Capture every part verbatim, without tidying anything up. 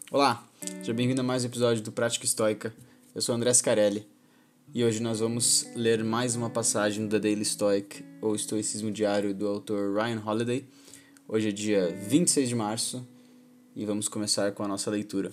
Olá, seja bem-vindo a mais um episódio do Prática Estoica. Eu sou André Scarelli e hoje nós vamos ler mais uma passagem do The Daily Stoic, ou Estoicismo Diário, do autor Ryan Holiday. Hoje é dia vinte e seis de março e vamos começar com a nossa leitura.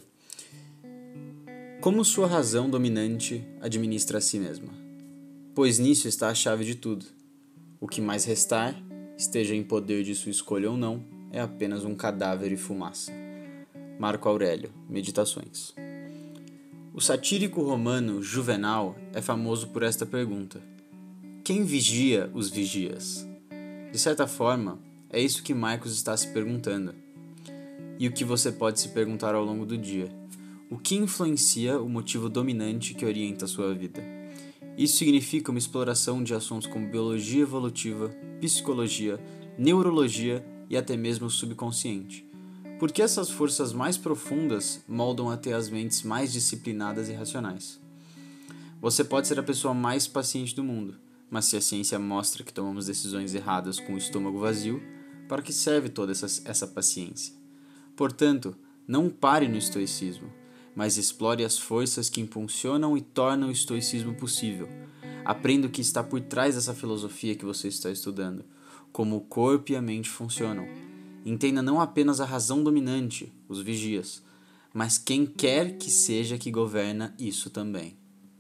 Como sua razão dominante administra a si mesma? Pois nisso está a chave de tudo. O que mais restar, esteja em poder de sua escolha ou não, é apenas um cadáver e fumaça. Marco Aurélio, Meditações. O satírico romano Juvenal é famoso por esta pergunta: quem vigia os vigias? De certa forma, é isso que Marcos está se perguntando. E o que você pode se perguntar ao longo do dia: o que influencia o motivo dominante que orienta a sua vida? Isso significa uma exploração de assuntos como biologia evolutiva, psicologia, neurologia e até mesmo o subconsciente. Porque essas forças mais profundas moldam até as mentes mais disciplinadas e racionais. Você pode ser a pessoa mais paciente do mundo, mas se a ciência mostra que tomamos decisões erradas com o estômago vazio, para que serve toda essa, essa paciência? Portanto, não pare no estoicismo, mas explore as forças que impulsionam e tornam o estoicismo possível. Aprenda o que está por trás dessa filosofia que você está estudando, como o corpo e a mente funcionam. Entenda não apenas a razão dominante, os vigias, mas quem quer que seja que governa isso também.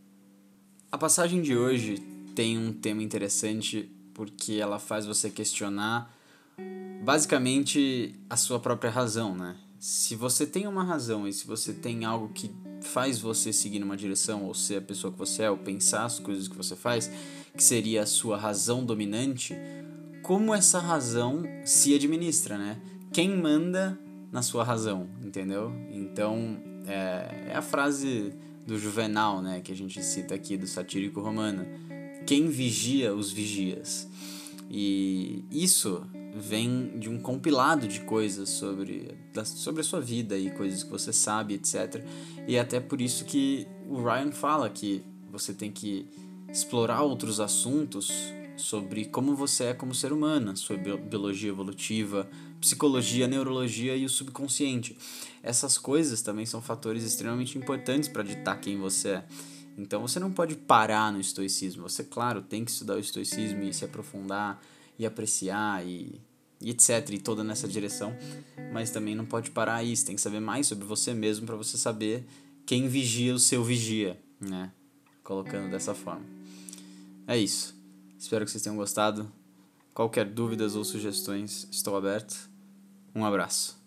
A passagem de hoje tem um tema interessante porque ela faz você questionar basicamente a sua própria razão, né? Se você tem uma razão e se você tem algo que faz você seguir numa direção, ou ser a pessoa que você é, ou pensar as coisas que você faz, que seria a sua razão dominante, como essa razão se administra, né? Quem manda na sua razão, entendeu? Então, é, é a frase do Juvenal, né, que a gente cita aqui, do satírico romano: quem vigia os vigias. E isso vem de um compilado de coisas sobre, sobre a sua vida e coisas que você sabe, etcétera. E é até por isso que o Ryan fala que você tem que explorar outros assuntos sobre como você é como ser humano, sobre biologia evolutiva, psicologia, neurologia e o subconsciente. Essas coisas também são fatores extremamente importantes para ditar quem você é. Então você não pode parar no estoicismo. Você, claro, tem que estudar o estoicismo e se aprofundar e apreciar e, e etcétera. E toda nessa direção. Mas também não pode parar aí. Você tem que saber mais sobre você mesmo para você saber quem vigia o seu vigia, né? Colocando dessa forma. É isso. Espero que vocês tenham gostado. Qualquer dúvidas ou sugestões, estou aberto. Um abraço.